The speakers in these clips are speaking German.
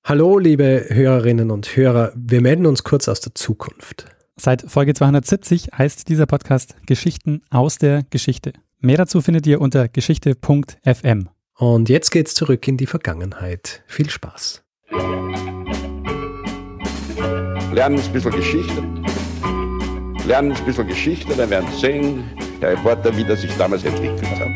Hallo, liebe Hörerinnen und Hörer, wir melden uns kurz aus der Zukunft. Seit Folge 270 heißt dieser Podcast Geschichten aus der Geschichte. Mehr dazu findet ihr unter geschichte.fm. Und jetzt geht's zurück in die Vergangenheit. Viel Spaß. Lernen ein bisschen Geschichte. Lernen ein bisschen Geschichte, dann werden Sie sehen, der Reporter, wie das sich damals entwickelt hat.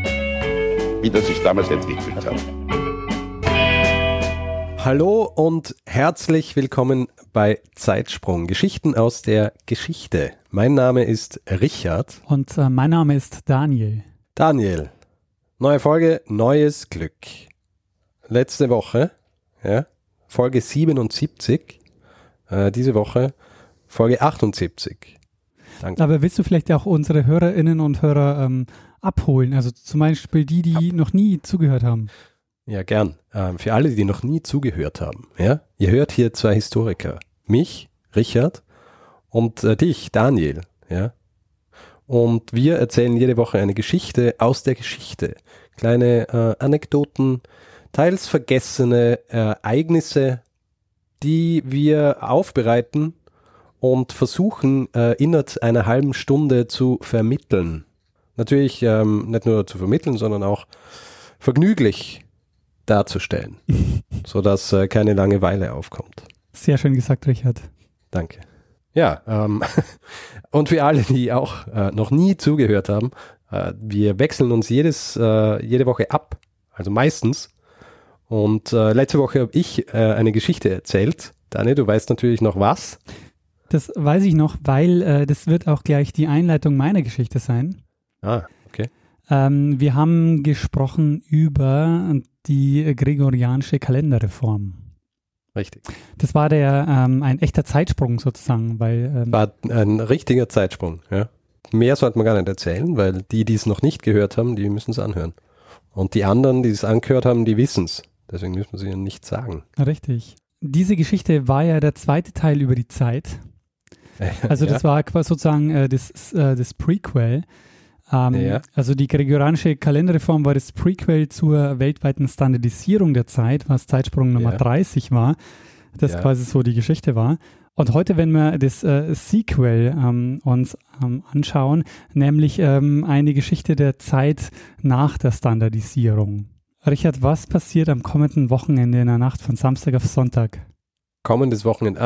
Hallo und herzlich willkommen bei Zeitsprung. Geschichten aus der Geschichte. Mein Name ist Richard. Und mein Name ist Daniel. Daniel, neue Folge, neues Glück. Letzte Woche, Folge 77. Diese Woche Folge 78. Danke. Aber willst du vielleicht auch unsere Hörerinnen und Hörer abholen? Also zum Beispiel die noch nie zugehört haben. Ja, gern. Für alle, die noch nie zugehört haben. Ja? Ihr hört hier zwei Historiker. Mich, Richard, und dich, Daniel. Ja? Und wir erzählen jede Woche eine Geschichte aus der Geschichte. Kleine Anekdoten, teils vergessene Ereignisse, die wir aufbereiten und versuchen, innerhalb einer halben Stunde zu vermitteln. Natürlich nicht nur zu vermitteln, sondern auch vergnüglich darzustellen, sodass keine Langeweile aufkommt. Sehr schön gesagt, Richard. Danke. Ja, und für alle, die auch noch nie zugehört haben, wir wechseln uns jede Woche ab, also meistens. Und letzte Woche habe ich eine Geschichte erzählt. Daniel, du weißt natürlich noch was. Das weiß ich noch, weil das wird auch gleich die Einleitung meiner Geschichte sein. Ah, okay. Wir haben gesprochen über die gregorianische Kalenderreform. Richtig. Das war ein echter Zeitsprung sozusagen, weil war ein richtiger Zeitsprung, ja. Mehr sollte man gar nicht erzählen, weil die es noch nicht gehört haben, die müssen es anhören. Und die anderen, die es angehört haben, die wissen es. Deswegen müssen wir es ihnen nicht sagen. Richtig. Diese Geschichte war ja der zweite Teil über die Zeit. Also das war sozusagen das Prequel. Also die gregorianische Kalenderreform war das Prequel zur weltweiten Standardisierung der Zeit, was Zeitsprung Nummer 30 war, das quasi so die Geschichte war. Und heute, wenn wir das Sequel uns anschauen, nämlich eine Geschichte der Zeit nach der Standardisierung. Richard, was passiert am kommenden Wochenende in der Nacht von Samstag auf Sonntag? Kommendes Wochenende,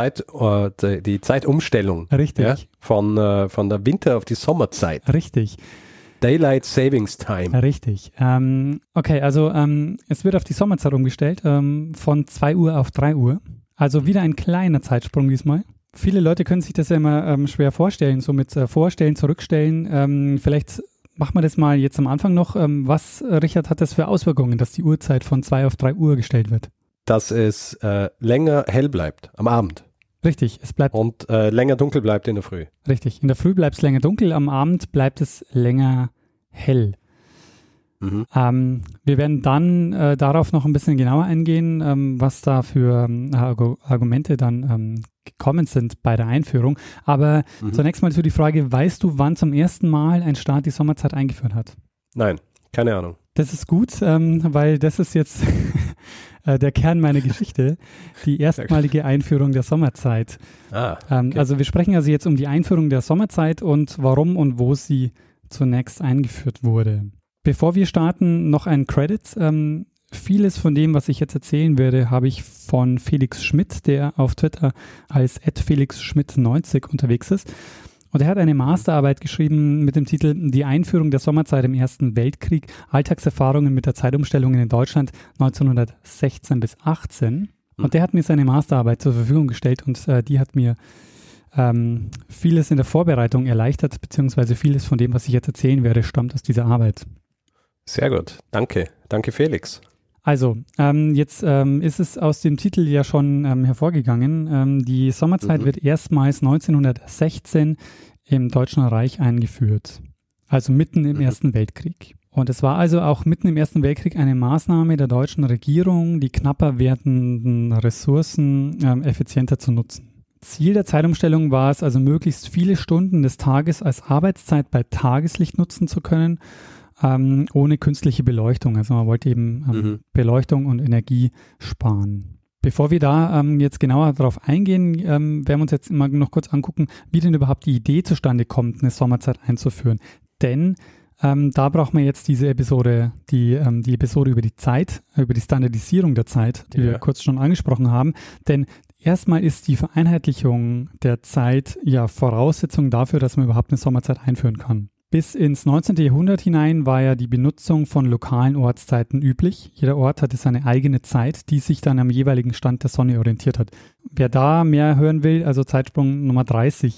die Zeitumstellung. Richtig. Ja, von der Winter- auf die Sommerzeit. Richtig. Daylight Savings Time. Richtig. Okay, also es wird auf die Sommerzeit umgestellt, von 2 Uhr auf 3 Uhr. Also wieder ein kleiner Zeitsprung diesmal. Viele Leute können sich das ja immer schwer vorstellen, so mit Vorstellen, Zurückstellen. Vielleicht machen wir das mal jetzt am Anfang noch. Was, Richard, hat das für Auswirkungen, dass die Uhrzeit von 2 auf 3 Uhr gestellt wird? Dass es länger hell bleibt am Abend. Richtig, es bleibt. Und länger dunkel bleibt in der Früh. Richtig, in der Früh bleibt es länger dunkel, am Abend bleibt es länger hell. Mhm. Wir werden dann darauf noch ein bisschen genauer eingehen, was da für Argumente dann gekommen sind bei der Einführung. Aber zunächst mal zu die Frage, weißt du, wann zum ersten Mal ein Staat die Sommerzeit eingeführt hat? Nein, keine Ahnung. Das ist gut, weil das ist jetzt der Kern meiner Geschichte, die erstmalige Einführung der Sommerzeit. Okay. Also wir sprechen also jetzt um die Einführung der Sommerzeit und warum und wo sie zunächst eingeführt wurde. Bevor wir starten, noch ein Credit. Vieles von dem, was ich jetzt erzählen werde, habe ich von Felix Schmidt, der auf Twitter als @felixschmidt90 unterwegs ist. Und er hat eine Masterarbeit geschrieben mit dem Titel Die Einführung der Sommerzeit im Ersten Weltkrieg, Alltagserfahrungen mit der Zeitumstellung in Deutschland 1916 bis 18. Und der hat mir seine Masterarbeit zur Verfügung gestellt und die hat mir vieles in der Vorbereitung erleichtert, beziehungsweise vieles von dem, was ich jetzt erzählen werde, stammt aus dieser Arbeit. Sehr gut, danke. Danke, Felix. Also, jetzt ist es aus dem Titel ja schon hervorgegangen. Die Sommerzeit wird erstmals 1916 im Deutschen Reich eingeführt. Also mitten im Ersten Weltkrieg. Und es war also auch mitten im Ersten Weltkrieg eine Maßnahme der deutschen Regierung, die knapper werdenden Ressourcen effizienter zu nutzen. Ziel der Zeitumstellung war es also, möglichst viele Stunden des Tages als Arbeitszeit bei Tageslicht nutzen zu können, ohne künstliche Beleuchtung. Also man wollte eben Beleuchtung und Energie sparen. Bevor wir da jetzt genauer darauf eingehen, werden wir uns jetzt mal noch kurz angucken, wie denn überhaupt die Idee zustande kommt, eine Sommerzeit einzuführen. Denn da brauchen wir jetzt diese Episode, die Episode über die Zeit, über die Standardisierung der Zeit, die wir kurz schon angesprochen haben. Denn erstmal ist die Vereinheitlichung der Zeit ja Voraussetzung dafür, dass man überhaupt eine Sommerzeit einführen kann. Bis ins 19. Jahrhundert hinein war ja die Benutzung von lokalen Ortszeiten üblich. Jeder Ort hatte seine eigene Zeit, die sich dann am jeweiligen Stand der Sonne orientiert hat. Wer da mehr hören will, also Zeitsprung Nummer 30,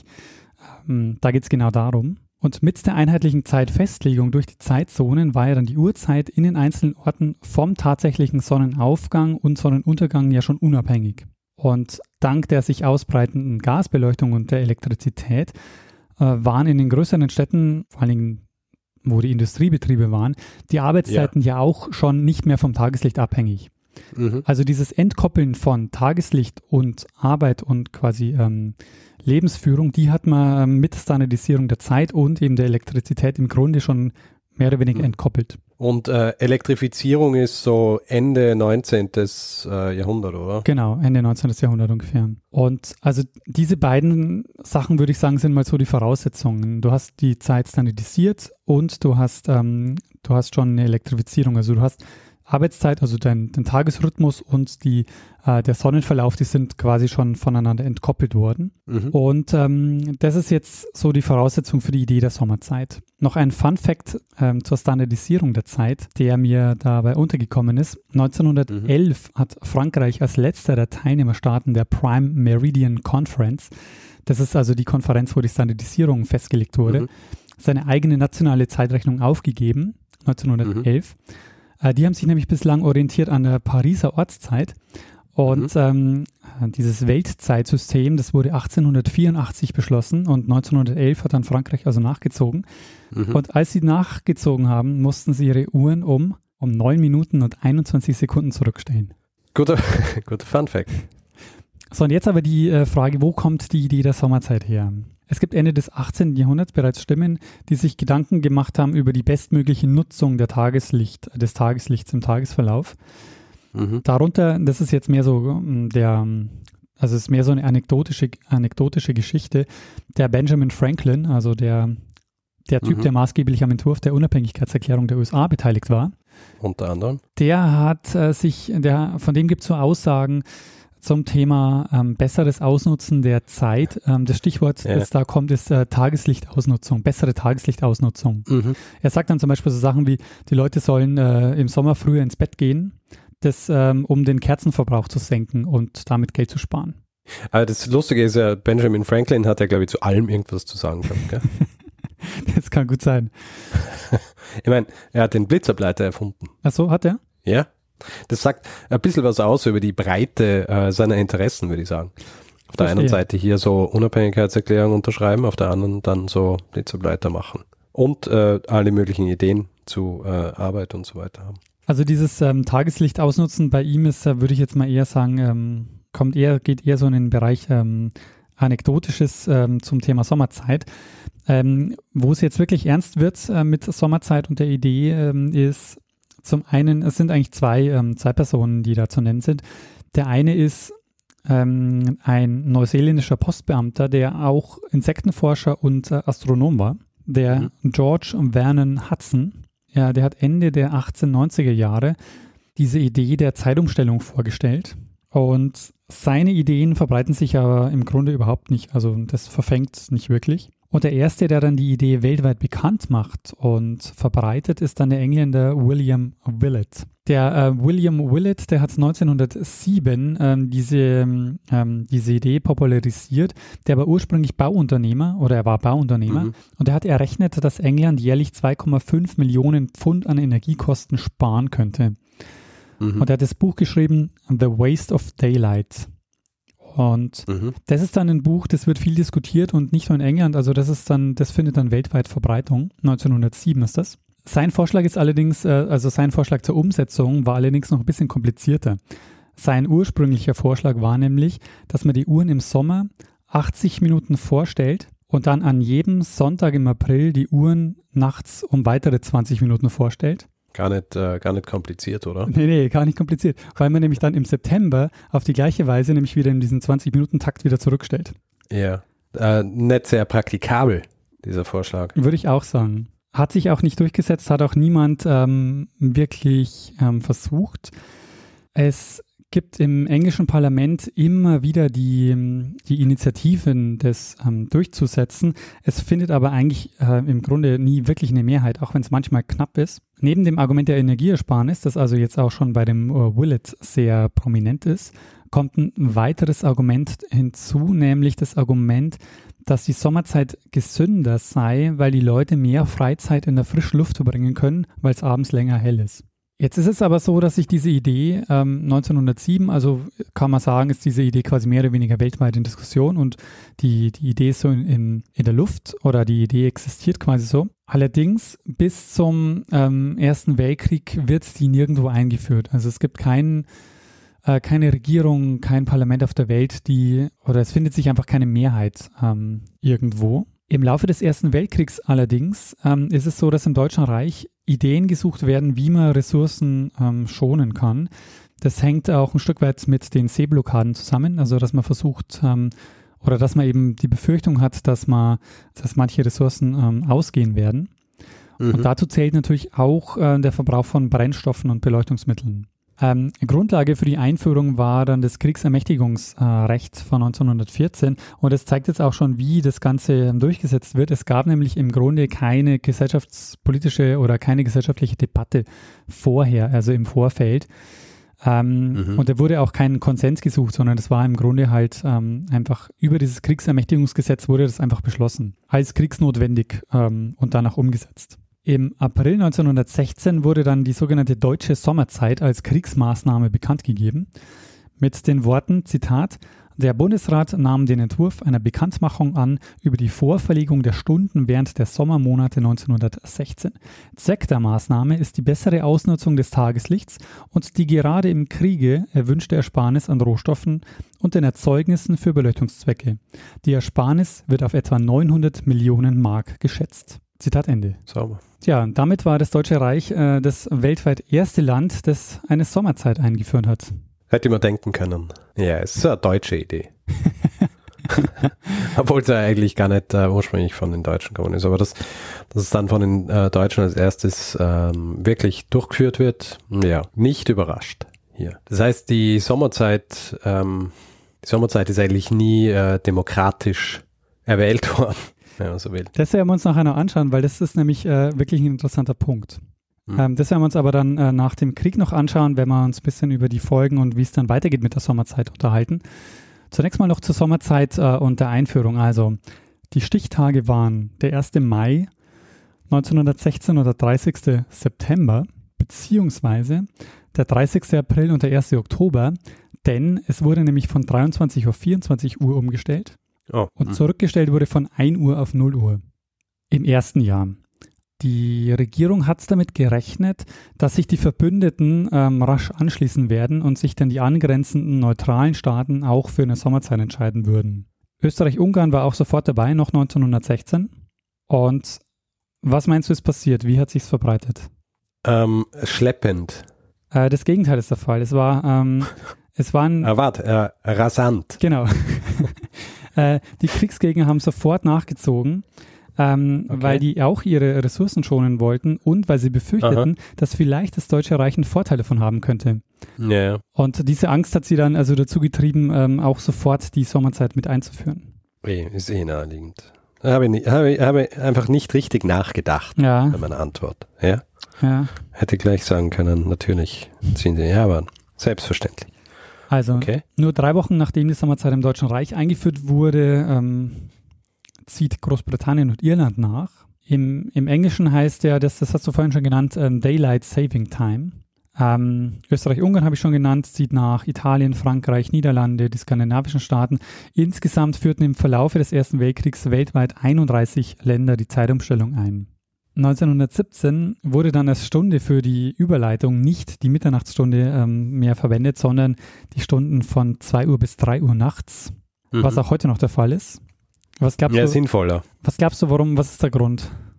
da geht es genau darum. Und mit der einheitlichen Zeitfestlegung durch die Zeitzonen war ja dann die Uhrzeit in den einzelnen Orten vom tatsächlichen Sonnenaufgang und Sonnenuntergang ja schon unabhängig. Und dank der sich ausbreitenden Gasbeleuchtung und der Elektrizität waren in den größeren Städten, vor allen Dingen, wo die Industriebetriebe waren, die Arbeitszeiten ja auch schon nicht mehr vom Tageslicht abhängig. Also dieses Entkoppeln von Tageslicht und Arbeit und quasi Lebensführung, die hat man mit Standardisierung der Zeit und eben der Elektrizität im Grunde schon mehr oder weniger entkoppelt. Und Elektrifizierung ist so Ende 19. Jahrhundert, oder? Genau, Ende 19. Jahrhundert ungefähr. Und also diese beiden Sachen, würde ich sagen, sind mal so die Voraussetzungen. Du hast die Zeit standardisiert und du hast schon eine Elektrifizierung. Also du hast Arbeitszeit, also dein Tagesrhythmus und der Sonnenverlauf, die sind quasi schon voneinander entkoppelt worden. Und das ist jetzt so die Voraussetzung für die Idee der Sommerzeit. Noch ein Fun-Fact zur Standardisierung der Zeit, der mir dabei untergekommen ist. 1911 hat Frankreich als letzter der Teilnehmerstaaten der Prime Meridian Conference, das ist also die Konferenz, wo die Standardisierung festgelegt wurde, seine eigene nationale Zeitrechnung aufgegeben, 1911. Die haben sich nämlich bislang orientiert an der Pariser Ortszeit und dieses Weltzeitsystem, das wurde 1884 beschlossen und 1911 hat dann Frankreich also nachgezogen. Und als sie nachgezogen haben, mussten sie ihre Uhren um 9 Minuten und 21 Sekunden zurückstellen. Guter Fun-Fact. So, und jetzt aber die Frage, wo kommt die Idee der Sommerzeit her? Es gibt Ende des 18. Jahrhunderts bereits Stimmen, die sich Gedanken gemacht haben über die bestmögliche Nutzung des Tageslichts im Tagesverlauf. Darunter, das ist jetzt mehr so es ist mehr so eine anekdotische Geschichte, der Benjamin Franklin, also der Typ, der maßgeblich am Entwurf der Unabhängigkeitserklärung der USA beteiligt war. Unter anderem. Der hat von dem gibt es so Aussagen zum Thema besseres Ausnutzen der Zeit. Das Stichwort, das da kommt, ist Tageslichtausnutzung, bessere Tageslichtausnutzung. Er sagt dann zum Beispiel so Sachen wie, die Leute sollen im Sommer früher ins Bett gehen, um den Kerzenverbrauch zu senken und damit Geld zu sparen. Aber das Lustige ist ja, Benjamin Franklin hat ja, glaube ich, zu allem irgendwas zu sagen gehabt, gell? Das kann gut sein. Ich meine, er hat den Blitzableiter erfunden. Ach so, hat er? Ja. Das sagt ein bisschen was aus über die Breite seiner Interessen, würde ich sagen. Auf der einen Seite hier so Unabhängigkeitserklärung unterschreiben, auf der anderen dann so Blitzableiter machen. Und alle möglichen Ideen zu Arbeit und so weiter haben. Also dieses Tageslicht ausnutzen bei ihm ist, würde ich jetzt mal eher sagen, geht eher so in den Bereich Anekdotisches zum Thema Sommerzeit. Wo es jetzt wirklich ernst wird mit Sommerzeit und der Idee ist zum einen, es sind eigentlich zwei Personen, die da zu nennen sind. Der eine ist ein neuseeländischer Postbeamter, der auch Insektenforscher und Astronom war, der George Vernon Hudson. Ja, der hat Ende der 1890er Jahre diese Idee der Zeitumstellung vorgestellt und seine Ideen verbreiten sich aber im Grunde überhaupt nicht, also das verfängt nicht wirklich. Und der erste, der dann die Idee weltweit bekannt macht und verbreitet, ist dann der Engländer William Willett. Der William Willett, der hat 1907 diese Idee popularisiert. Der war ursprünglich Bauunternehmer und der hat errechnet, dass England jährlich 2,5 Millionen Pfund an Energiekosten sparen könnte. Und er hat das Buch geschrieben, The Waste of Daylight. Und das ist dann ein Buch, das wird viel diskutiert und nicht nur in England, also das findet dann weltweit Verbreitung. 1907 ist das. Sein Vorschlag zur Umsetzung war allerdings noch ein bisschen komplizierter. Sein ursprünglicher Vorschlag war nämlich, dass man die Uhren im Sommer 80 Minuten vorstellt und dann an jedem Sonntag im April die Uhren nachts um weitere 20 Minuten vorstellt. Gar nicht kompliziert, oder? Nee, gar nicht kompliziert. Weil man nämlich dann im September auf die gleiche Weise nämlich wieder in diesen 20-Minuten-Takt wieder zurückstellt. Ja, nicht sehr praktikabel, dieser Vorschlag. Würde ich auch sagen. Hat sich auch nicht durchgesetzt, hat auch niemand wirklich versucht. Es gibt im englischen Parlament immer wieder die Initiativen, das durchzusetzen. Es findet aber eigentlich im Grunde nie wirklich eine Mehrheit, auch wenn es manchmal knapp ist. Neben dem Argument der Energieersparnis, das also jetzt auch schon bei dem Willett sehr prominent ist, kommt ein weiteres Argument hinzu, nämlich das Argument, dass die Sommerzeit gesünder sei, weil die Leute mehr Freizeit in der frischen Luft verbringen können, weil es abends länger hell ist. Jetzt ist es aber so, dass sich diese Idee 1907, also kann man sagen, ist diese Idee quasi mehr oder weniger weltweit in Diskussion und die Idee ist so in der Luft oder die Idee existiert quasi so. Allerdings bis zum Ersten Weltkrieg wird die nirgendwo eingeführt. Also es gibt keine Regierung, kein Parlament auf der Welt, oder es findet sich einfach keine Mehrheit irgendwo. Im Laufe des Ersten Weltkriegs allerdings ist es so, dass im Deutschen Reich Ideen gesucht werden, wie man Ressourcen schonen kann. Das hängt auch ein Stück weit mit den Seeblockaden zusammen, also dass man versucht oder dass man eben die Befürchtung hat, dass manche Ressourcen ausgehen werden. Mhm. Und dazu zählt natürlich auch der Verbrauch von Brennstoffen und Beleuchtungsmitteln. Grundlage für die Einführung war dann das Kriegsermächtigungsrecht von 1914 und es zeigt jetzt auch schon, wie das Ganze durchgesetzt wird. Es gab nämlich im Grunde keine gesellschaftspolitische oder keine gesellschaftliche Debatte vorher, also im Vorfeld. Und da wurde auch kein Konsens gesucht, sondern es war im Grunde halt einfach über dieses Kriegsermächtigungsgesetz wurde das einfach beschlossen, als kriegsnotwendig und danach umgesetzt. Im April 1916 wurde dann die sogenannte Deutsche Sommerzeit als Kriegsmaßnahme bekannt gegeben. Mit den Worten, Zitat, der Bundesrat nahm den Entwurf einer Bekanntmachung an über die Vorverlegung der Stunden während der Sommermonate 1916. Zweck der Maßnahme ist die bessere Ausnutzung des Tageslichts und die gerade im Kriege erwünschte Ersparnis an Rohstoffen und den Erzeugnissen für Beleuchtungszwecke. Die Ersparnis wird auf etwa 900 Millionen Mark geschätzt. Zitat Ende. Sauber. Tja, damit war das Deutsche Reich das weltweit erste Land, das eine Sommerzeit eingeführt hat. Hätte man denken können. Ja, es ist eine deutsche Idee. Obwohl es ja eigentlich gar nicht ursprünglich von den Deutschen gekommen ist. Aber dass es dann von den Deutschen als erstes wirklich durchgeführt wird, ja, nicht überrascht hier. Das heißt, die Sommerzeit ist eigentlich nie demokratisch erwählt worden. Ja, so will. Das werden wir uns nachher noch anschauen, weil das ist nämlich wirklich ein interessanter Punkt. Das werden wir uns aber dann nach dem Krieg noch anschauen, wenn wir uns ein bisschen über die Folgen und wie es dann weitergeht mit der Sommerzeit unterhalten. Zunächst mal noch zur Sommerzeit und der Einführung. Also die Stichtage waren der 1. Mai 1916 oder 30. September, beziehungsweise der 30. April und der 1. Oktober, denn es wurde nämlich von 23 auf 24 Uhr umgestellt. Und zurückgestellt wurde von 1 Uhr auf 0 Uhr im ersten Jahr. Die Regierung hat damit gerechnet, dass sich die Verbündeten rasch anschließen werden und sich dann die angrenzenden neutralen Staaten auch für eine Sommerzeit entscheiden würden. Österreich-Ungarn war auch sofort dabei, noch 1916. Und was meinst du, ist passiert? Wie hat sich's verbreitet? Schleppend. Das Gegenteil ist der Fall. Es war rasant. Genau. Die Kriegsgegner haben sofort nachgezogen, weil die auch ihre Ressourcen schonen wollten und weil sie befürchteten, dass vielleicht das Deutsche Reich einen Vorteil davon haben könnte. Ja. Und diese Angst hat sie dann also dazu getrieben, auch sofort die Sommerzeit mit einzuführen. Ist naheliegend. Habe ich einfach nicht richtig nachgedacht bei meiner Antwort. Ja? Hätte gleich sagen können, natürlich ziehen sie, aber selbstverständlich. Also nur 3 Wochen nachdem die Sommerzeit im Deutschen Reich eingeführt wurde, zieht Großbritannien und Irland nach. Im Englischen heißt das hast du vorhin schon genannt, Daylight Saving Time. Österreich-Ungarn habe ich schon genannt, zieht nach, Italien, Frankreich, Niederlande, die skandinavischen Staaten. Insgesamt führten im Verlaufe des Ersten Weltkriegs weltweit 31 Länder die Zeitumstellung ein. 1917 wurde dann als Stunde für die Überleitung nicht die Mitternachtsstunde mehr verwendet, sondern die Stunden von 2 Uhr bis 3 Uhr nachts, was auch heute noch der Fall ist. Was glaubst du, sinnvoller. Was glaubst du, warum? Was ist der Grund?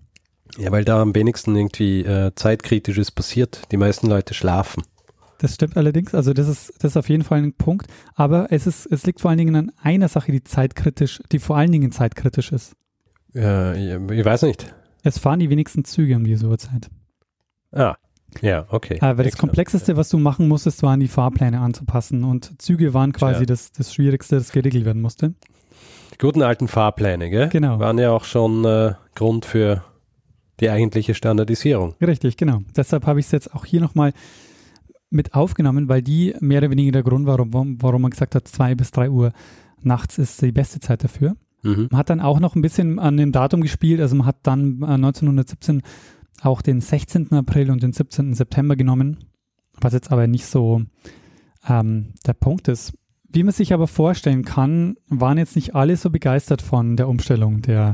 Ja, weil da am wenigsten irgendwie Zeitkritisches passiert. Die meisten Leute schlafen. Das stimmt allerdings, also das ist auf jeden Fall ein Punkt, aber es liegt vor allen Dingen an einer Sache, die vor allen Dingen zeitkritisch ist. Ich weiß nicht. Es fahren die wenigsten Züge um diese Uhrzeit. Ah, ja, okay. Weil das Komplexeste, was du machen musstest, waren die Fahrpläne anzupassen und Züge waren quasi das Schwierigste, das geregelt werden musste. Die guten alten Fahrpläne, gell? Genau. Waren ja auch schon Grund für die eigentliche Standardisierung. Richtig, genau. Deshalb habe ich es jetzt auch hier nochmal mit aufgenommen, weil die mehr oder weniger der Grund war, warum man gesagt hat, 2 bis 3 Uhr nachts ist die beste Zeit dafür. Man hat dann auch noch ein bisschen an dem Datum gespielt, also man hat dann 1917 auch den 16. April und den 17. September genommen, was jetzt aber nicht so der Punkt ist. Wie man sich aber vorstellen kann, waren jetzt nicht alle so begeistert von der Umstellung der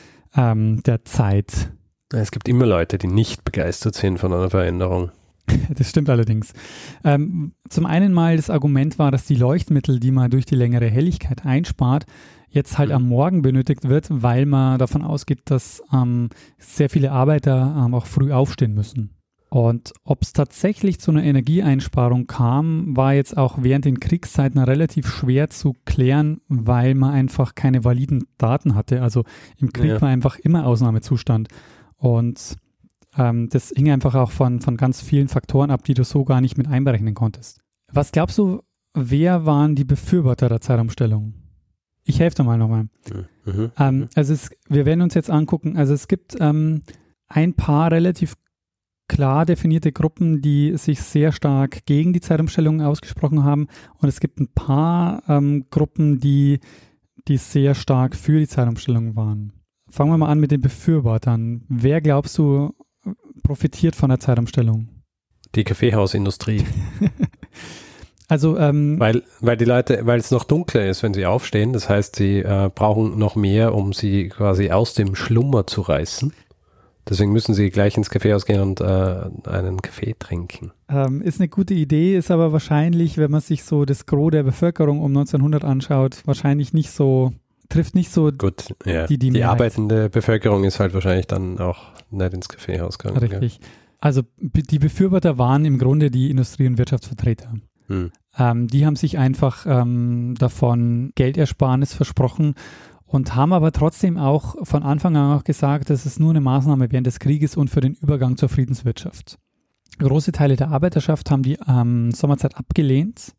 Zeit. Es gibt immer Leute, die nicht begeistert sind von einer Veränderung. Das stimmt allerdings. Zum einen mal das Argument war, dass die Leuchtmittel, die man durch die längere Helligkeit einspart, jetzt halt am Morgen benötigt wird, weil man davon ausgeht, dass sehr viele Arbeiter auch früh aufstehen müssen. Und ob es tatsächlich zu einer Energieeinsparung kam, war jetzt auch während den Kriegszeiten relativ schwer zu klären, weil man einfach keine validen Daten hatte. Also im Krieg war einfach immer Ausnahmezustand. Und das hing einfach auch von ganz vielen Faktoren ab, die du so gar nicht mit einberechnen konntest. Was glaubst du, wer waren die Befürworter der Zeitumstellung? Ich helfe dir mal nochmal. Wir werden uns jetzt angucken, also es gibt ein paar relativ klar definierte Gruppen, die sich sehr stark gegen die Zeitumstellung ausgesprochen haben, und es gibt ein paar Gruppen, die sehr stark für die Zeitumstellung waren. Fangen wir mal an mit den Befürwortern. Wer glaubst du profitiert von der Zeitumstellung? Die Kaffeehausindustrie. Also, weil die Leute, weil es noch dunkler ist, wenn sie aufstehen, das heißt, sie brauchen noch mehr, um sie quasi aus dem Schlummer zu reißen. Deswegen müssen sie gleich ins Kaffeehaus gehen und einen Kaffee trinken. Ist eine gute Idee, ist aber wahrscheinlich, wenn man sich so das Gros der Bevölkerung um 1900 anschaut, wahrscheinlich nicht so, trifft nicht so gut, ja. die Mehrheit. Arbeitende Bevölkerung ist halt wahrscheinlich dann auch nicht ins Kaffeehaus gegangen. Richtig. Ja. Also die Befürworter waren im Grunde die Industrie- und Wirtschaftsvertreter. Die haben sich einfach davon Geldersparnis versprochen und haben aber trotzdem auch von Anfang an auch gesagt, das ist nur eine Maßnahme während des Krieges und für den Übergang zur Friedenswirtschaft. Große Teile der Arbeiterschaft haben die Sommerzeit abgelehnt.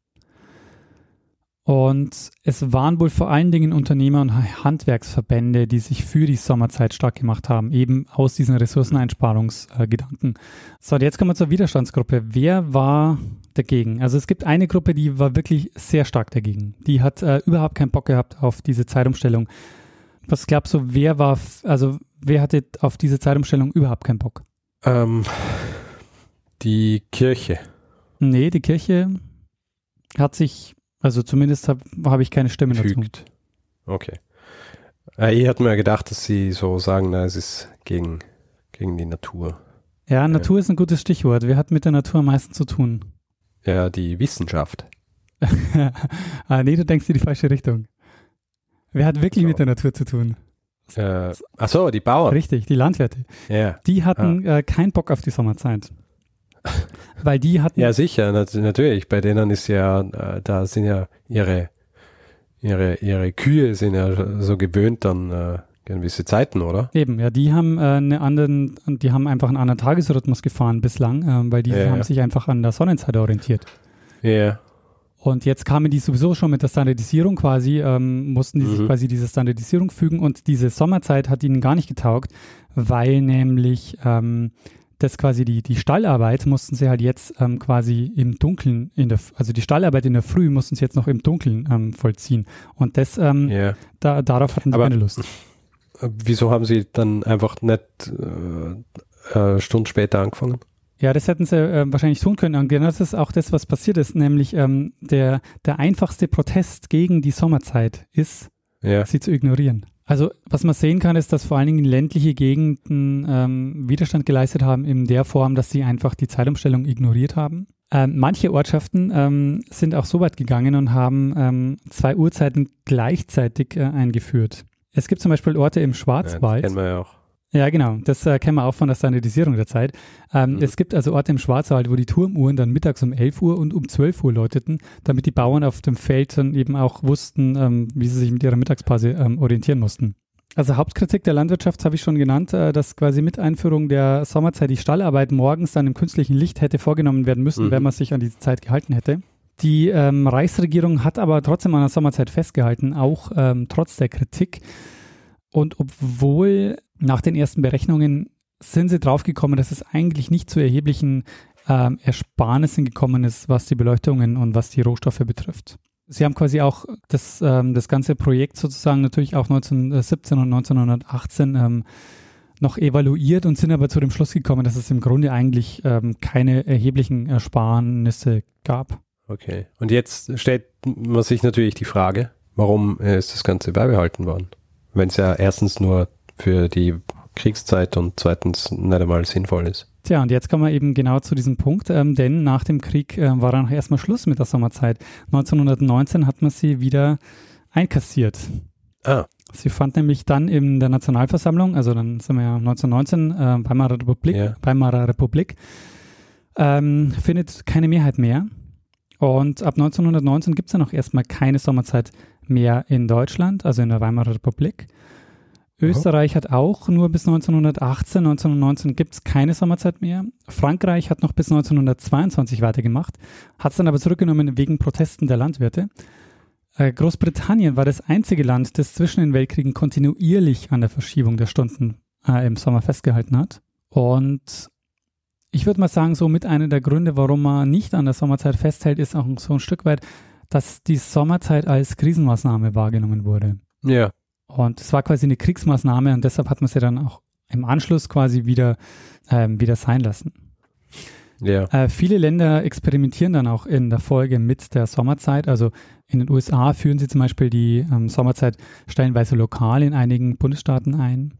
Und es waren wohl vor allen Dingen Unternehmer und Handwerksverbände, die sich für die Sommerzeit stark gemacht haben, eben aus diesen Ressourceneinsparungsgedanken. So, und jetzt kommen wir zur Widerstandsgruppe. Wer war dagegen? Also es gibt eine Gruppe, die war wirklich sehr stark dagegen. Die hat überhaupt keinen Bock gehabt auf diese Zeitumstellung. Was glaubst du, wer hatte auf diese Zeitumstellung überhaupt keinen Bock? Die Kirche. Nee, die Kirche hat sich... Also zumindest habe ich keine Stimme dazu. Okay. Ich hatte mir gedacht, dass sie so sagen, na, es ist gegen die Natur. Ja, Natur ist ein gutes Stichwort. Wer hat mit der Natur am meisten zu tun? Ja, die Wissenschaft. Nee, du denkst in die falsche Richtung. Wer hat wirklich mit der Natur zu tun? Ach so, die Bauern. Richtig, die Landwirte. Ja. Die hatten keinen Bock auf die Sommerzeit. Weil die hatten... Ja, sicher, natürlich. Bei denen ist ja, da sind ja ihre Kühe sind ja so gewöhnt an gewisse Zeiten, oder? Eben, ja, die haben einfach einen anderen Tagesrhythmus gefahren bislang, weil die haben sich einfach an der Sonnenzeit orientiert. Ja. Und jetzt kamen die sowieso schon mit der Standardisierung quasi, mussten die sich quasi diese Standardisierung fügen, und diese Sommerzeit hat ihnen gar nicht getaugt, weil nämlich das quasi die Stallarbeit mussten sie halt jetzt quasi im Dunkeln, also die Stallarbeit in der Früh mussten sie jetzt noch im Dunkeln vollziehen. Und das, darauf hatten sie keine Lust. Wieso haben sie dann einfach nicht Stunden später angefangen? Ja, das hätten sie wahrscheinlich tun können. Und genau das ist auch das, was passiert ist, nämlich der einfachste Protest gegen die Sommerzeit ist, sie zu ignorieren. Also was man sehen kann, ist, dass vor allen Dingen ländliche Gegenden Widerstand geleistet haben in der Form, dass sie einfach die Zeitumstellung ignoriert haben. Manche Ortschaften sind auch so weit gegangen und haben 2 Uhrzeiten gleichzeitig eingeführt. Es gibt zum Beispiel Orte im Schwarzwald. Ja, das kennen wir ja auch. Ja, genau. Das kennen wir auch von der Standardisierung der Zeit. Es gibt also Orte im Schwarzwald, wo die Turmuhren dann mittags um 11 Uhr und um 12 Uhr läuteten, damit die Bauern auf dem Feld dann eben auch wussten, wie sie sich mit ihrer Mittagspause orientieren mussten. Also Hauptkritik der Landwirtschaft habe ich schon genannt, dass quasi mit Einführung der Sommerzeit die Stallarbeit morgens dann im künstlichen Licht hätte vorgenommen werden müssen, wenn man sich an diese Zeit gehalten hätte. Die Reichsregierung hat aber trotzdem an der Sommerzeit festgehalten, auch trotz der Kritik. Und obwohl nach den ersten Berechnungen sind sie draufgekommen, dass es eigentlich nicht zu erheblichen Ersparnissen gekommen ist, was die Beleuchtungen und was die Rohstoffe betrifft. Sie haben quasi auch das ganze Projekt sozusagen natürlich auch 1917 und 1918 noch evaluiert und sind aber zu dem Schluss gekommen, dass es im Grunde eigentlich keine erheblichen Ersparnisse gab. Okay. Und jetzt stellt man sich natürlich die Frage, warum ist das Ganze beibehalten worden? Wenn es ja erstens nur für die Kriegszeit und zweitens nicht einmal sinnvoll ist. Tja, und jetzt kommen wir eben genau zu diesem Punkt, denn nach dem Krieg war dann erstmal Schluss mit der Sommerzeit. 1919 hat man sie wieder einkassiert. Sie fand nämlich dann in der Nationalversammlung, also dann sind wir ja 1919, Weimarer Republik, findet keine Mehrheit mehr. Und ab 1919 gibt es dann auch erstmal keine Sommerzeit mehr in Deutschland, also in der Weimarer Republik. Österreich hat auch nur bis 1918, 1919 gibt es keine Sommerzeit mehr. Frankreich hat noch bis 1922 weitergemacht, hat es dann aber zurückgenommen wegen Protesten der Landwirte. Großbritannien war das einzige Land, das zwischen den Weltkriegen kontinuierlich an der Verschiebung der Stunden im Sommer festgehalten hat. Und ich würde mal sagen, so mit einer der Gründe, warum man nicht an der Sommerzeit festhält, ist auch so ein Stück weit, dass die Sommerzeit als Krisenmaßnahme wahrgenommen wurde. Ja. Und es war quasi eine Kriegsmaßnahme und deshalb hat man sie dann auch im Anschluss quasi wieder sein lassen. Ja. Viele Länder experimentieren dann auch in der Folge mit der Sommerzeit. Also in den USA führen sie zum Beispiel die Sommerzeit stellenweise lokal in einigen Bundesstaaten ein.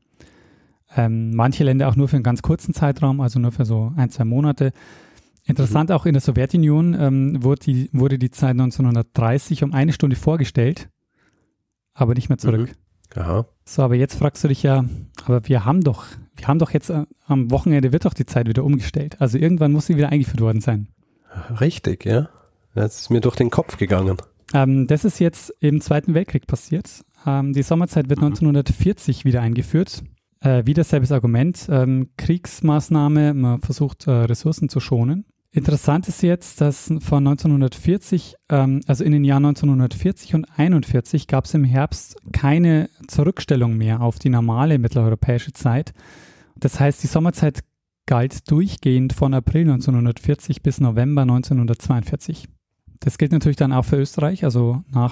Manche Länder auch nur für einen ganz kurzen Zeitraum, also nur für so 1-2 Monate. Interessant, auch in der Sowjetunion wurde die Zeit 1930 um 1 Stunde vorgestellt, aber nicht mehr zurück. Aha. So, aber jetzt fragst du dich ja, aber wir haben doch jetzt am Wochenende wird doch die Zeit wieder umgestellt. Also irgendwann muss sie wieder eingeführt worden sein. Richtig, ja. Das ist mir durch den Kopf gegangen. Das ist jetzt im Zweiten Weltkrieg passiert. Die Sommerzeit wird 1940 wieder eingeführt. Wieder selbes Argument, Kriegsmaßnahme, man versucht Ressourcen zu schonen. Interessant ist jetzt, dass von 1940, also in den Jahren 1940 und 1941 gab es im Herbst keine Zurückstellung mehr auf die normale mitteleuropäische Zeit. Das heißt, die Sommerzeit galt durchgehend von April 1940 bis November 1942. Das gilt natürlich dann auch für Österreich, also nach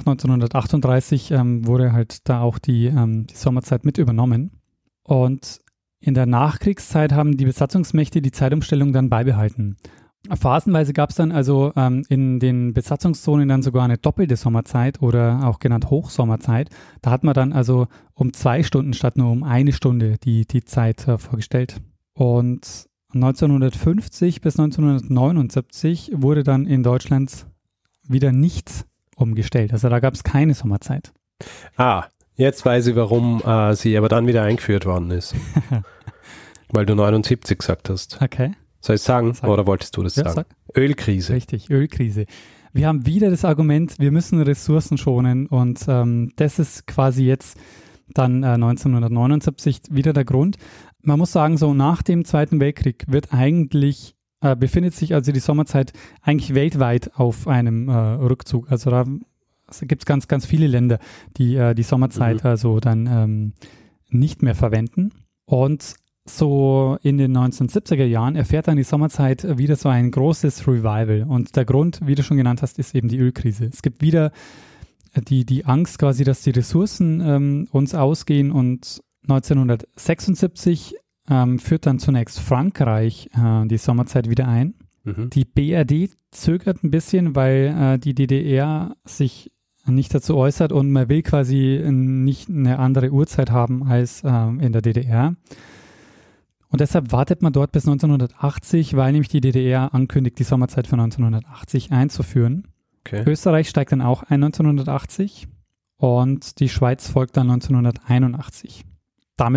1938 wurde halt da auch die Sommerzeit mit übernommen. Und in der Nachkriegszeit haben die Besatzungsmächte die Zeitumstellung dann beibehalten. Phasenweise gab es dann also in den Besatzungszonen dann sogar eine doppelte Sommerzeit oder auch genannt Hochsommerzeit. Da hat man dann also um 2 Stunden statt nur um 1 Stunde die Zeit vorgestellt. Und 1950 bis 1979 wurde dann in Deutschland wieder nichts umgestellt. Also da gab es keine Sommerzeit. Jetzt weiß ich, warum sie aber dann wieder eingeführt worden ist. Weil du 79 gesagt hast. Okay. Soll ich sagen? Oder wolltest du das sagen? Sag. Ölkrise. Richtig, Ölkrise. Wir haben wieder das Argument, wir müssen Ressourcen schonen und das ist quasi jetzt dann 1979 wieder der Grund. Man muss sagen, so nach dem Zweiten Weltkrieg befindet sich also die Sommerzeit eigentlich weltweit auf einem Rückzug. Also da gibt es ganz, ganz viele Länder, die die Sommerzeit also dann nicht mehr verwenden. Und so in den 1970er Jahren erfährt dann die Sommerzeit wieder so ein großes Revival. Und der Grund, wie du schon genannt hast, ist eben die Ölkrise. Es gibt wieder die Angst quasi, dass die Ressourcen uns ausgehen. Und 1976 führt dann zunächst Frankreich die Sommerzeit wieder ein. Die BRD zögert ein bisschen, weil die DDR sich nicht dazu äußert und man will quasi nicht eine andere Uhrzeit haben als in der DDR. Und deshalb wartet man dort bis 1980, weil nämlich die DDR ankündigt, die Sommerzeit für 1980 einzuführen. Okay. Österreich steigt dann auch ein 1980 und die Schweiz folgt dann 1981. Damit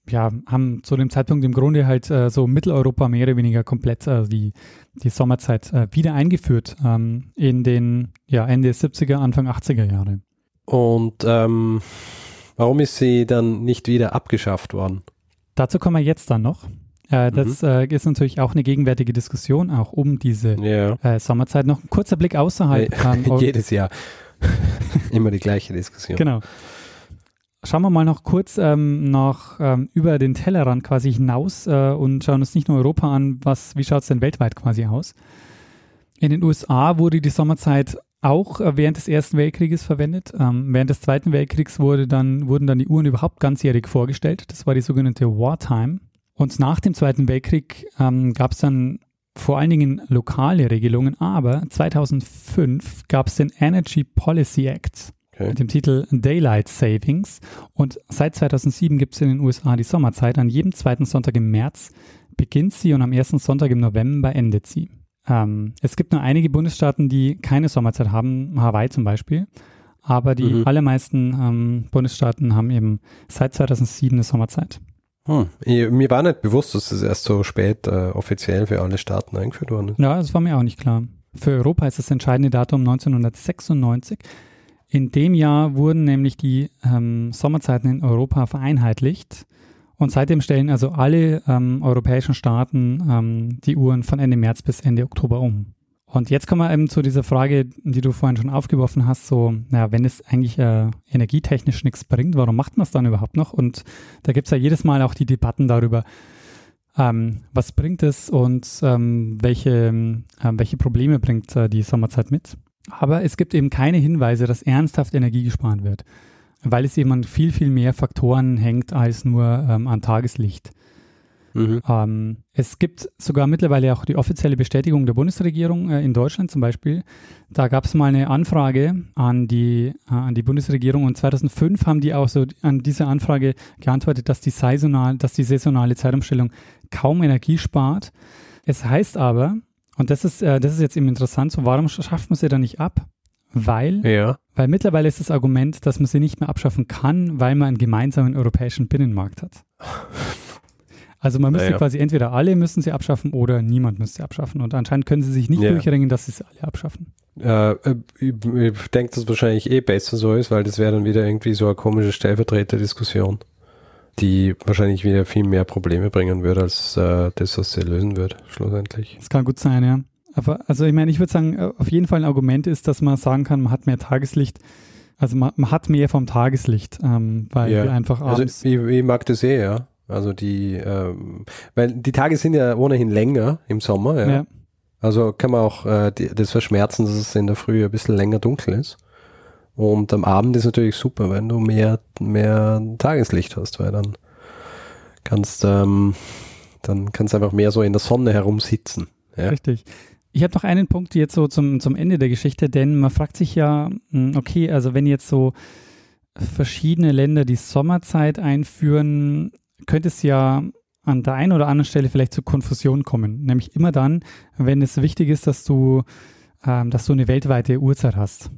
haben zu dem Zeitpunkt im Grunde halt so Mitteleuropa mehr oder weniger komplett die Sommerzeit wieder eingeführt in den Ende 70er, Anfang 80er Jahre. Und warum ist sie dann nicht wieder abgeschafft worden? Dazu kommen wir jetzt dann noch. Das ist natürlich auch eine gegenwärtige Diskussion, auch um diese Sommerzeit. Noch ein kurzer Blick außerhalb. Jedes Jahr. Immer die gleiche Diskussion. Genau. Schauen wir mal noch kurz über den Tellerrand quasi hinaus und schauen uns nicht nur Europa an, wie schaut es denn weltweit quasi aus. In den USA wurde die Sommerzeit auch während des Ersten Weltkrieges verwendet. Während des Zweiten Weltkriegs wurden dann die Uhren überhaupt ganzjährig vorgestellt. Das war die sogenannte Wartime. Und nach dem Zweiten Weltkrieg gab es dann vor allen Dingen lokale Regelungen, aber 2005 gab es den Energy Policy Act mit dem Titel Daylight Savings und seit 2007 gibt es in den USA die Sommerzeit. An jedem zweiten Sonntag im März beginnt sie und am ersten Sonntag im November endet sie. Es gibt nur einige Bundesstaaten, die keine Sommerzeit haben, Hawaii zum Beispiel, aber die allermeisten Bundesstaaten haben eben seit 2007 eine Sommerzeit. Mir war nicht bewusst, dass das erst so spät offiziell für alle Staaten eingeführt worden ist. Ja, das war mir auch nicht klar. Für Europa ist das entscheidende Datum 1996. In dem Jahr wurden nämlich die Sommerzeiten in Europa vereinheitlicht und seitdem stellen also alle europäischen Staaten die Uhren von Ende März bis Ende Oktober um. Und jetzt kommen wir eben zu dieser Frage, die du vorhin schon aufgeworfen hast, wenn es eigentlich energietechnisch nichts bringt, warum macht man es dann überhaupt noch? Und da gibt es ja jedes Mal auch die Debatten darüber, was bringt es und welche Probleme bringt die Sommerzeit mit. Aber es gibt eben keine Hinweise, dass ernsthaft Energie gespart wird, weil es eben an viel, viel mehr Faktoren hängt als nur an Tageslicht. Es gibt sogar mittlerweile auch die offizielle Bestätigung der Bundesregierung in Deutschland zum Beispiel. Da gab es mal eine Anfrage an die Bundesregierung und 2005 haben die auch so an diese Anfrage geantwortet, dass die saisonale Zeitumstellung kaum Energie spart. Es heißt aber, und das ist jetzt eben interessant, so warum schafft man sie dann nicht ab? Weil mittlerweile ist das Argument, dass man sie nicht mehr abschaffen kann, weil man einen gemeinsamen europäischen Binnenmarkt hat. Also man müsste quasi entweder alle müssen sie abschaffen oder niemand müsste sie abschaffen. Und anscheinend können sie sich nicht durchringen, dass sie alle abschaffen. Ich denke, dass es wahrscheinlich besser so ist, weil das wäre dann wieder irgendwie so eine komische Stellvertreterdiskussion, die wahrscheinlich wieder viel mehr Probleme bringen würde, als das, was sie lösen würde, schlussendlich. Das kann gut sein, ja. Aber also ich meine, ich würde sagen, auf jeden Fall ein Argument ist, dass man sagen kann, man hat mehr Tageslicht. Also man hat mehr vom Tageslicht, weil wir einfach abends... Also ich mag das ja. Also weil die Tage sind ja ohnehin länger im Sommer, ja. Also kann man auch das verschmerzen, dass es in der Früh ein bisschen länger dunkel ist. Und am Abend ist natürlich super, wenn du mehr Tageslicht hast, weil dann kannst einfach mehr so in der Sonne herumsitzen. Ja? Richtig. Ich habe noch einen Punkt jetzt so zum Ende der Geschichte, denn man fragt sich ja, okay, also wenn jetzt so verschiedene Länder die Sommerzeit einführen, könnte es ja an der einen oder anderen Stelle vielleicht zu Konfusion kommen. Nämlich immer dann, wenn es wichtig ist, dass du eine weltweite Uhrzeit hast.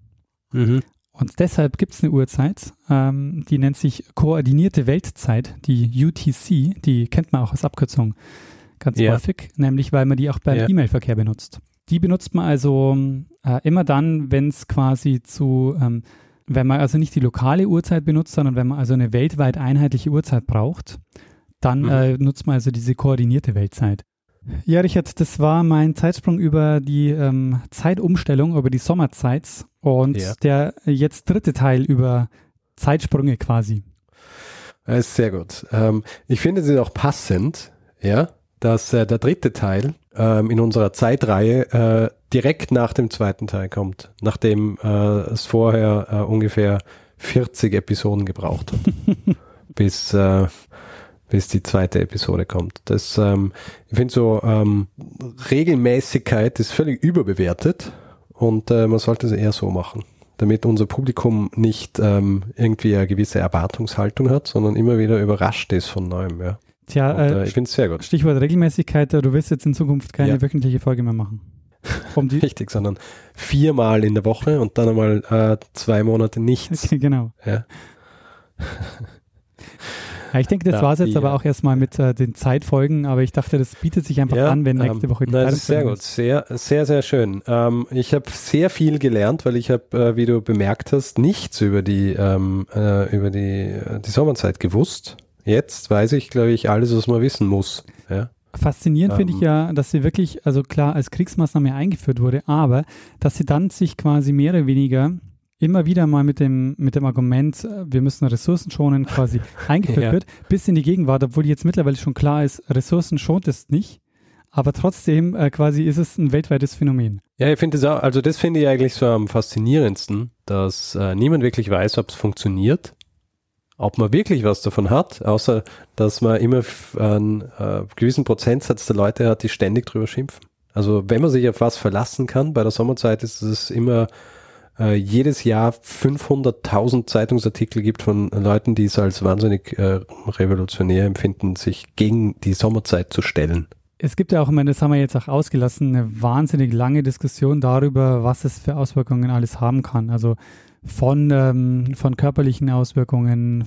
Und deshalb gibt es eine Uhrzeit, die nennt sich Koordinierte Weltzeit, die UTC, die kennt man auch als Abkürzung ganz häufig, nämlich weil man die auch beim E-Mail-Verkehr benutzt. Die benutzt man also immer dann, wenn es quasi wenn man also nicht die lokale Uhrzeit benutzt, sondern wenn man also eine weltweit einheitliche Uhrzeit braucht, dann nutzt man also diese koordinierte Weltzeit. Ja, Richard, das war mein Zeitsprung über die Zeitumstellung, über die Sommerzeit und der jetzt dritte Teil über Zeitsprünge quasi. Das ist sehr gut. Ich finde es auch passend, dass der dritte Teil in unserer Zeitreihe direkt nach dem zweiten Teil kommt, nachdem es vorher ungefähr 40 Episoden gebraucht hat, bis die zweite Episode kommt. Das, ich finde so, Regelmäßigkeit ist völlig überbewertet und man sollte es eher so machen, damit unser Publikum nicht irgendwie eine gewisse Erwartungshaltung hat, sondern immer wieder überrascht ist von Neuem. Ja. Tja, ich finde es sehr gut. Stichwort Regelmäßigkeit, du wirst jetzt in Zukunft keine wöchentliche Folge mehr machen. Richtig, sondern 4-mal in der Woche und dann einmal 2 Monate nichts. Genau. Ja. Ja, ich denke, das war es jetzt aber auch erstmal mit den Zeitfolgen, aber ich dachte, das bietet sich einfach an, wenn nächste Woche die Das ist sehr gut, sehr, sehr, sehr schön. Ich habe sehr viel gelernt, weil ich habe, wie du bemerkt hast, nichts über die Sommerzeit gewusst. Jetzt weiß ich, glaube ich, alles, was man wissen muss. Ja? Faszinierend finde ich ja, dass sie wirklich, also klar, als Kriegsmaßnahme eingeführt wurde, aber dass sie dann sich quasi mehr oder weniger immer wieder mal mit dem Argument, wir müssen Ressourcen schonen, quasi eingeführt wird, bis in die Gegenwart, obwohl jetzt mittlerweile schon klar ist, Ressourcen schont es nicht, aber trotzdem quasi ist es ein weltweites Phänomen. Ja, ich finde das finde ich eigentlich so am faszinierendsten, dass niemand wirklich weiß, ob es funktioniert, ob man wirklich was davon hat, außer dass man immer einen gewissen Prozentsatz der Leute hat, die ständig drüber schimpfen. Also wenn man sich auf was verlassen kann, bei der Sommerzeit ist es immer jedes Jahr 500.000 Zeitungsartikel gibt von Leuten, die es als wahnsinnig revolutionär empfinden, sich gegen die Sommerzeit zu stellen. Es gibt ja auch, ich meine, das haben wir jetzt auch ausgelassen, eine wahnsinnig lange Diskussion darüber, was es für Auswirkungen alles haben kann. Also von körperlichen Auswirkungen,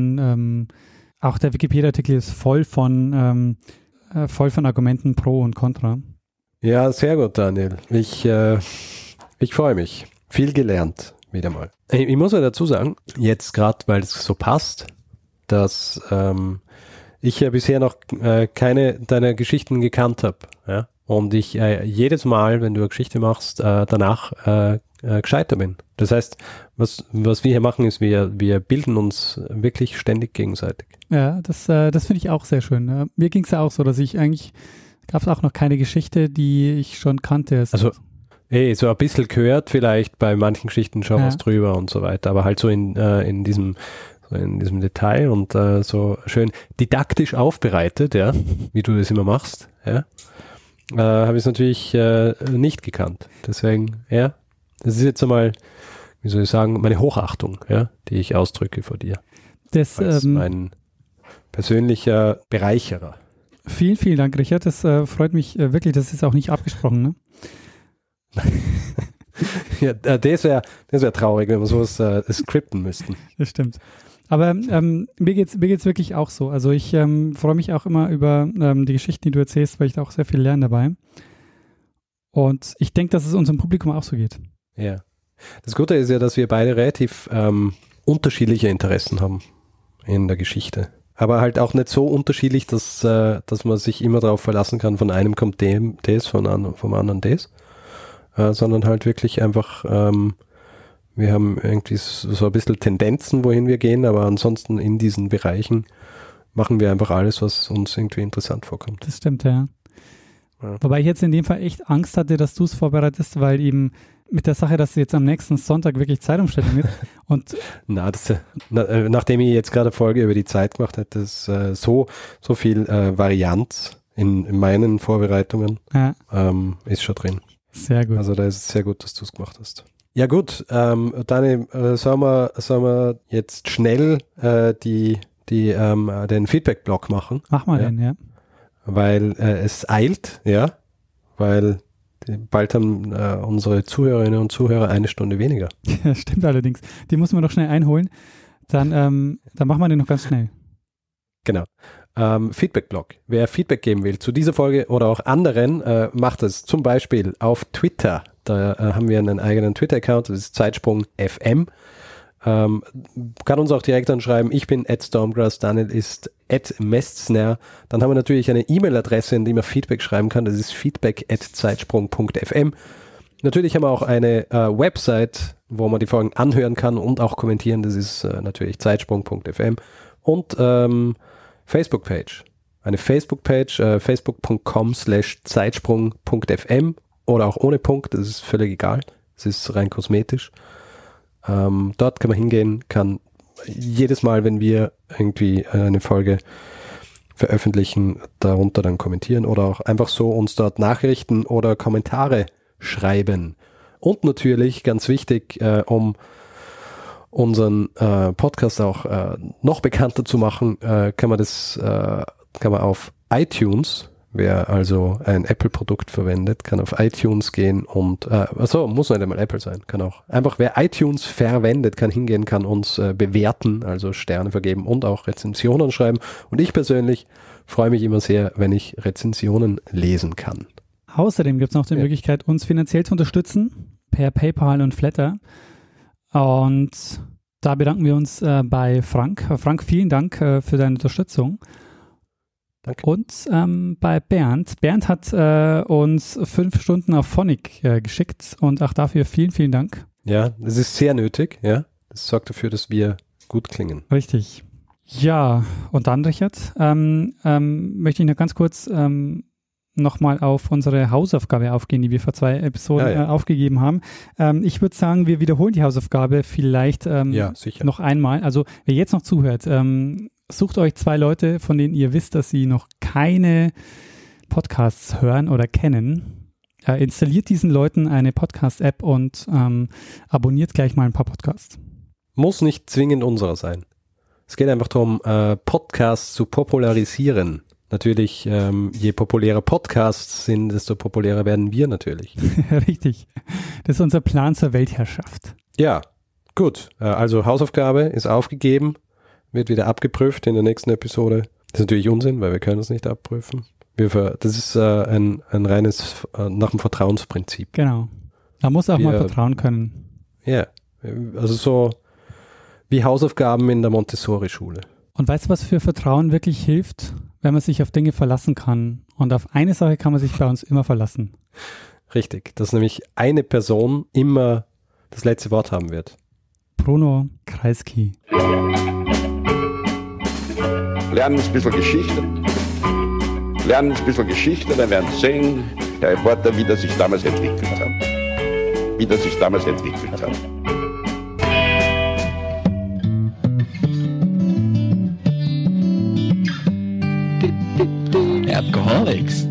auch der Wikipedia-Artikel ist voll von Argumenten pro und contra. Ja, sehr gut, Daniel. Ich freue mich. Viel gelernt, wieder mal. Ich muss ja dazu sagen, jetzt gerade, weil es so passt, dass ich ja bisher noch keine deiner Geschichten gekannt habe. Ja? Und ich jedes Mal, wenn du eine Geschichte machst, danach gescheiter bin. Das heißt, was wir hier machen, ist, wir bilden uns wirklich ständig gegenseitig. Ja, das finde ich auch sehr schön. Mir ging es ja auch so, dass gab es auch noch keine Geschichte, die ich schon kannte. Also so ein bisschen gehört vielleicht bei manchen Geschichten schon was drüber und so weiter, aber halt so in diesem Detail und so schön didaktisch aufbereitet, ja, wie du das immer machst, ja, habe ich es natürlich nicht gekannt. Deswegen, ja, das ist jetzt einmal, wie soll ich sagen, meine Hochachtung, ja, die ich ausdrücke vor dir. Das als mein persönlicher Bereicherer. Vielen, vielen Dank, Richard. Das freut mich wirklich, das ist auch nicht abgesprochen, ne? Ja, das wär traurig, wenn wir sowas skripten müssten. Das stimmt. Aber mir geht's wirklich auch so. Also ich freue mich auch immer über die Geschichten, die du erzählst, weil ich da auch sehr viel lerne dabei. Und ich denke, dass es unserem Publikum auch so geht. Ja. Das Gute ist ja, dass wir beide relativ unterschiedliche Interessen haben in der Geschichte. Aber halt auch nicht so unterschiedlich, dass man sich immer darauf verlassen kann, von einem kommt das, vom anderen das. Sondern halt wirklich einfach, wir haben irgendwie so ein bisschen Tendenzen, wohin wir gehen, aber ansonsten in diesen Bereichen machen wir einfach alles, was uns irgendwie interessant vorkommt. Das stimmt, ja. Wobei ich jetzt in dem Fall echt Angst hatte, dass du es vorbereitest, weil eben mit der Sache, dass jetzt am nächsten Sonntag wirklich Zeitumstellung ist. Und nachdem ich jetzt gerade eine Folge über die Zeit gemacht habe, das so viel Varianz in meinen Vorbereitungen ist schon drin. Sehr gut. Also da ist es sehr gut, dass du es gemacht hast. Ja gut, Dani, sollen wir jetzt schnell den Feedback-Blog machen? Mach mal den, ja. Weil es eilt, ja, weil bald haben unsere Zuhörerinnen und Zuhörer eine Stunde weniger. Ja, stimmt allerdings. Die muss man doch schnell einholen. Dann machen wir den noch ganz schnell. Genau. Feedback-Blog. Wer Feedback geben will zu dieser Folge oder auch anderen, macht es zum Beispiel auf Twitter. Da haben wir einen eigenen Twitter-Account, das ist Zeitsprung FM. Kann uns auch direkt anschreiben. Ich bin @Stormgrass, Daniel ist @Mestzner. Dann haben wir natürlich eine E-Mail-Adresse, in die man Feedback schreiben kann. Das ist feedback@zeitsprung.fm. Natürlich haben wir auch eine Website, wo man die Folgen anhören kann und auch kommentieren. Das ist natürlich zeitsprung.fm. Und Facebook-Page. Eine Facebook-Page, facebook.com/zeitsprung.fm oder auch ohne Punkt, das ist völlig egal. Es ist rein kosmetisch. Dort kann man hingehen, kann jedes Mal, wenn wir irgendwie eine Folge veröffentlichen, darunter dann kommentieren oder auch einfach so uns dort Nachrichten oder Kommentare schreiben. Und natürlich, ganz wichtig, um unseren Podcast auch noch bekannter zu machen, kann man auf iTunes, Wer also ein Apple-Produkt verwendet, kann auf iTunes gehen und, muss nicht einmal Apple sein, kann auch. Einfach wer iTunes verwendet, kann hingehen, kann uns bewerten, also Sterne vergeben und auch Rezensionen schreiben. Und ich persönlich freue mich immer sehr, wenn ich Rezensionen lesen kann. Außerdem gibt es noch die Möglichkeit, uns finanziell zu unterstützen, per PayPal und Flatter. Und da bedanken wir uns bei Frank. Frank, vielen Dank für deine Unterstützung. Danke. Und bei Bernd. Bernd hat uns 5 Stunden auf Phonic geschickt und auch dafür vielen, vielen Dank. Ja, das ist sehr nötig, ja. Das sorgt dafür, dass wir gut klingen. Richtig. Ja, und dann, Richard, möchte ich noch ganz kurz nochmal auf unsere Hausaufgabe aufgehen, die wir vor 2 Episoden aufgegeben haben. Ich würde sagen, wir wiederholen die Hausaufgabe vielleicht sicher. noch einmal. Also wer jetzt noch zuhört, sucht euch 2 Leute, von denen ihr wisst, dass sie noch keine Podcasts hören oder kennen. Installiert diesen Leuten eine Podcast-App und abonniert gleich mal ein paar Podcasts. Muss nicht zwingend unserer sein. Es geht einfach darum, Podcasts zu popularisieren. Natürlich, je populärer Podcasts sind, desto populärer werden wir natürlich. Richtig. Das ist unser Plan zur Weltherrschaft. Ja, gut. Also Hausaufgabe ist aufgegeben, wird wieder abgeprüft in der nächsten Episode. Das ist natürlich Unsinn, weil wir können es nicht abprüfen. Das ist ein reines nach dem Vertrauensprinzip. Genau. Man muss auch mal vertrauen können. Ja, also so wie Hausaufgaben in der Montessori-Schule. Und weißt du, was für Vertrauen wirklich hilft? Wenn man sich auf Dinge verlassen kann. Und auf eine Sache kann man sich bei uns immer verlassen. Richtig, dass nämlich eine Person immer das letzte Wort haben wird. Bruno Kreisky. Lernen ein bisschen Geschichte. Lernen ein bisschen Geschichte, dann werden Sie sehen, der Reporter, wie das sich damals entwickelt hat. Wie das sich damals entwickelt hat. Alcoholics.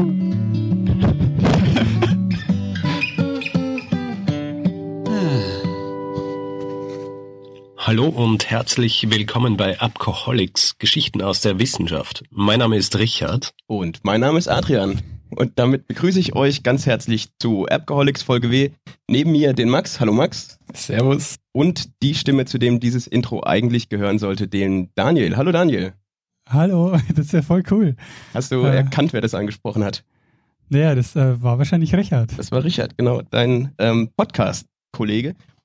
Hallo und herzlich willkommen bei Alcoholics, Geschichten aus der Wissenschaft. Mein Name ist Richard. Und mein Name ist Adrian. Und damit begrüße ich euch ganz herzlich zu Alcoholics Folge W. Neben mir den Max. Hallo Max. Servus. Und die Stimme, zu dem dieses Intro eigentlich gehören sollte, den Daniel. Hallo Daniel. Hallo, das ist ja voll cool. Hast du erkannt, wer das angesprochen hat? Naja, das war wahrscheinlich Richard. Das war Richard, genau, dein Podcast-Kollege.